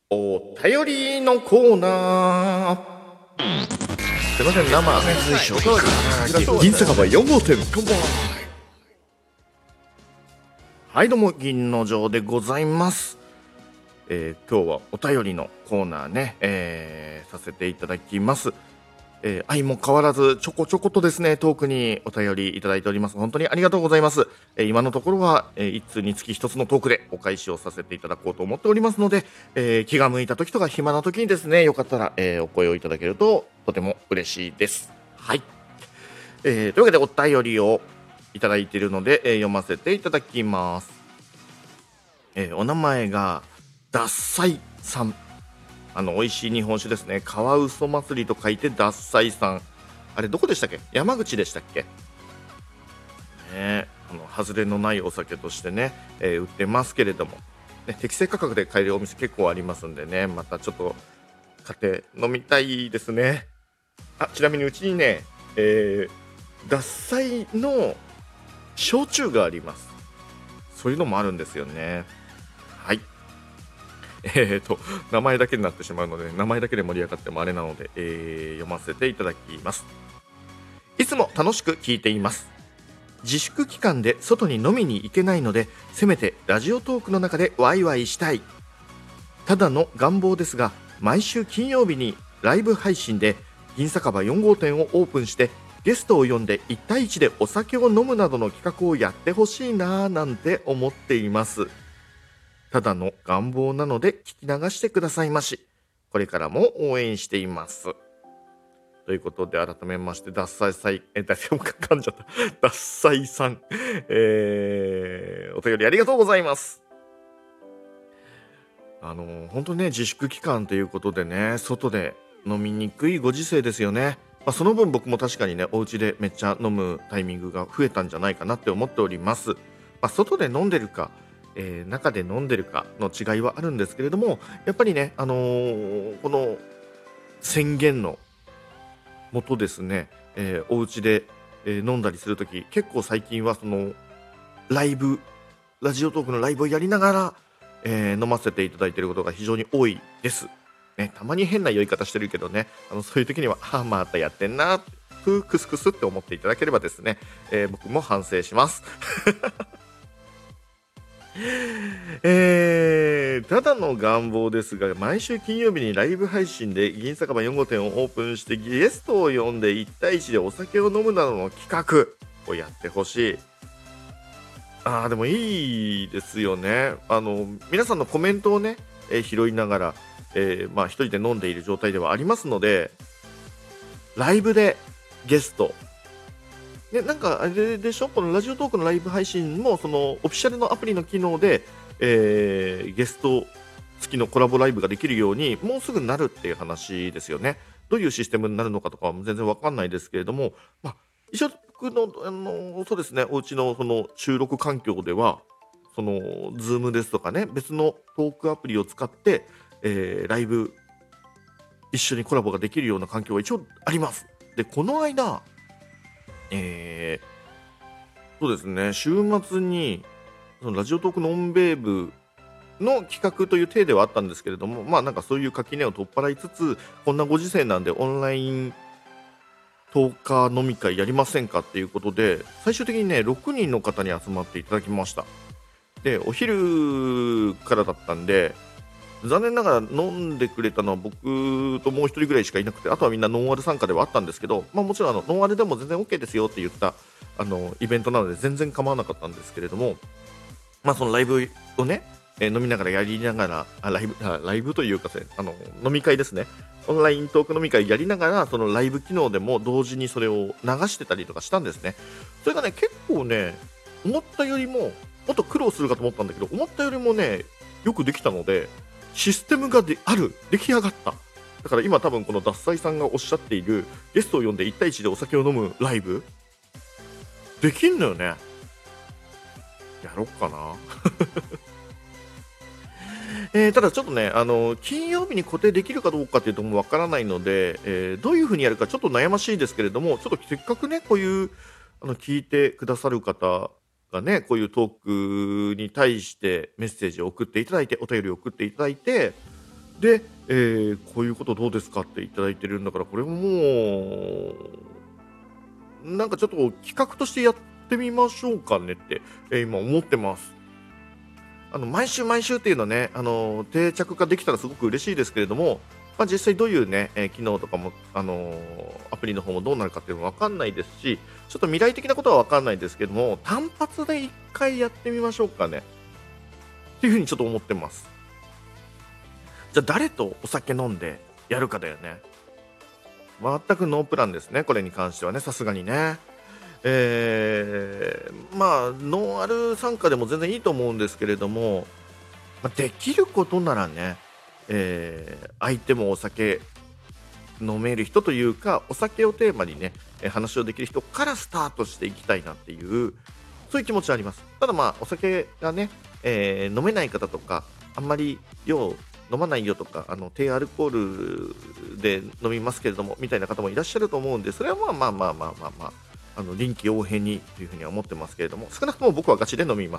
お便りのコーナー。すいません、生銀酒場4号店。はい、どうも銀の城でございます。今日はお便りのコーナーね、させていただきます。相も変わらずちょこちょことですね、トークにお便りいただいております。本当にありがとうございます。今のところは、1通につき1つのトークでお返しをさせていただこうと思っておりますので、気が向いた時とか暇な時にですね、よかったら、お声をいただけるととても嬉しいです。はい。というわけでお便りをいただいているので、読ませていただきます。お名前が獺祭さん。美味しい日本酒ですね。カワウソ祭りと書いて獺祭さん。あれどこでしたっけ？山口でしたっけ？ね、外れのないお酒としてね、売ってますけれども、ね、適正価格で買えるお店結構ありますんでね、またちょっと買って飲みたいですね。ちなみにうちにね、獺祭の焼酎があります。そういうのもあるんですよね。はい。名前だけになってしまうので、名前だけで盛り上がってもあれなので、読ませていただきます。いつも楽しく聞いています。自粛期間で外に飲みに行けないので、せめてラジオトークの中でワイワイしたい。ただの願望ですが、毎週金曜日にライブ配信で銀酒場4号店をオープンして、ゲストを呼んで1対1でお酒を飲むなどの企画をやってほしいなぁなんて思っています。ただの願望なので聞き流してくださいまし。これからも応援しています。ということで、改めまして、獺祭さん、噛んじゃった。獺祭さん、お便りありがとうございます。本当にね、自粛期間ということでね、外で飲みにくいご時世ですよね。その分僕も確かにね、お家でめっちゃ飲むタイミングが増えたんじゃないかなって思っております。外で飲んでるか、中で飲んでるかの違いはあるんですけれども、やっぱりね、この宣言のもとですね、お家で、飲んだりするとき、結構最近はそのライブ、ラジオトークのライブをやりながら、飲ませていただいていることが非常に多いです。ね、たまに変な酔い方してるけどね、そういう時には、またやってんな、クスクスって思っていただければですね、僕も反省します。ただの願望ですが、毎週金曜日にライブ配信で銀酒場4号店をオープンしてゲストを呼んで1対1でお酒を飲むなどの企画をやってほしい。でもいいですよね。皆さんのコメントをね、拾いながら、一人で飲んでいる状態ではありますので、ライブでゲスト、ね、なんかあれでしょ、このラジオトークのライブ配信もそのオフィシャルのアプリの機能で、ゲスト付きのコラボライブができるようにもうすぐなるっていう話ですよね。どういうシステムになるのかとかは全然わかんないですけれども、一応僕の、そうですね、お家のその収録環境では、そのズームですとかね、別のトークアプリを使って、ライブ一緒にコラボができるような環境は一応あります。で、この間、えそうですね、週末にそのラジオトークのオンベーブの企画という体ではあったんですけれども、なんかそういう垣根を取っ払いつつ、こんなご時世なんでオンライントーカー飲み会やりませんかっていうことで、最終的にね、6人の方に集まっていただきました。で、お昼からだったんで、残念ながら飲んでくれたのは僕ともう一人ぐらいしかいなくて、あとはみんなノンアル参加ではあったんですけど、もちろんノンアルでも全然 OK ですよって言ったイベントなので全然構わなかったんですけれども、そのライブをね、飲みながらやりながら、ライブというか飲み会ですね。オンライントーク飲み会やりながら、そのライブ機能でも同時にそれを流してたりとかしたんですね。それがね、結構ね、思ったよりも、もっと苦労するかと思ったんだけど、思ったよりもね、よくできたので、システムが出来上がった。だから今多分この獺祭さんがおっしゃっている、ゲストを呼んで1対1でお酒を飲むライブ、できんのよね。やろっかな。ただちょっとね、金曜日に固定できるかどうかっていうともうわからないので、どういう風にやるかちょっと悩ましいですけれども、ちょっとせっかくね、こういう、聞いてくださる方がね、こういうトークに対してメッセージを送っていただいて、お便りを送っていただいて、 で、こういうことどうですかっていただいてるんだから、これもなんかちょっと企画としてやってみましょうかねって、今思ってます。毎週毎週っていうのはね、定着化できたらすごく嬉しいですけれども、実際どういうね、機能とかも、アプリの方もどうなるかっていうのもわかんないですし、ちょっと未来的なことはわかんないですけども、単発で1回やってみましょうかねっていうふうにちょっと思ってます。じゃあ誰とお酒飲んでやるかだよね。全くノープランですね、これに関してはね、さすがにね。ノンアル参加でも全然いいと思うんですけれども、できることならね、相手もお酒飲める人というか、お酒をテーマにね、話をできる人からスタートしていきたいなっていう、そういう気持ちはあります。ただお酒がね、飲めない方とか、あんまり飲まないよとか、低アルコールで飲みますけれども、みたいな方もいらっしゃると思うんで、それは臨機応変にというふうには思ってますけれども、少なくとも僕はガチで飲みます。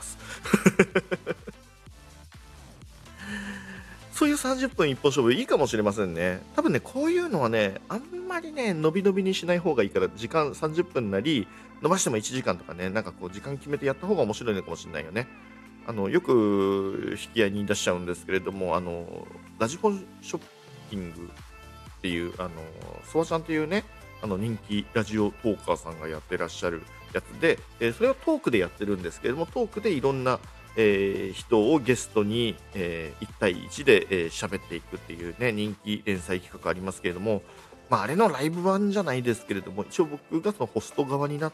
そういう30分一本勝負いいかもしれませんね。多分ね、こういうのはね、あんまりね、伸び伸びにしない方がいいから、時間30分なり、伸ばしても1時間とかね、なんかこう時間決めてやった方が面白いのかもしれないよね。よく引き合いに出しちゃうんですけれども、ラジコンショッピングっていう、ソワちゃんっていうね、人気ラジオトーカーさんがやってらっしゃるやつで、それをトークでやってるんですけれども、トークでいろんな、人をゲストに、1対1で喋っていくっていうね、人気連載企画ありますけれども、あれのライブ版じゃないですけれども、一応僕がそのホスト側になって、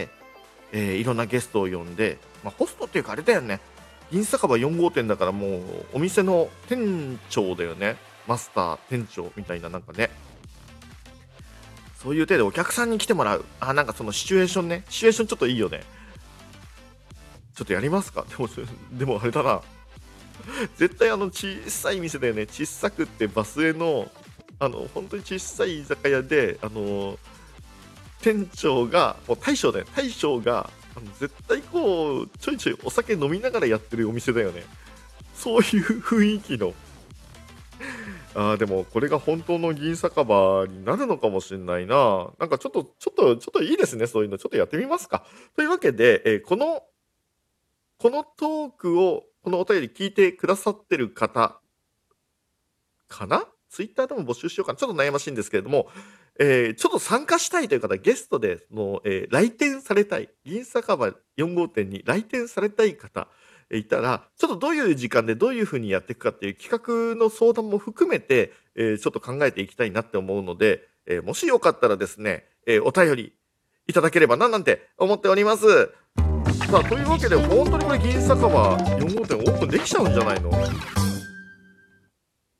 いろんなゲストを呼んで、ホストっていうかあれだよね、銀酒場4号店だからもうお店の店長だよね。マスター、店長みたいななんかね、そういう体でお客さんに来てもらう。なんかそのシチュエーションね、シチュエーションちょっといいよね。ちょっとやりますか？でもあれだな。絶対小さい店だよね。小さくってバスへの、本当に小さい居酒屋で、店長が、もう大将だよ。大将が、絶対こう、ちょいちょいお酒飲みながらやってるお店だよね。そういう雰囲気の。でもこれが本当の銀酒場になるのかもしれないな。なんかちょっといいですね、そういうの。ちょっとやってみますか。というわけで、このトークを、このお便り聞いてくださってる方かな？ツイッターでも募集しようかな。ちょっと悩ましいんですけれども、ちょっと参加したいという方、ゲストで来店されたい、銀酒場4号店に来店されたい方、いたら、ちょっとどういう時間でどういう風にやっていくかっていう企画の相談も含めて、ちょっと考えていきたいなって思うので、もしよかったらですね、お便りいただければななんて思っております。さあ、というわけで、本当にこれ銀酒場4号店オープンできちゃうんじゃないの？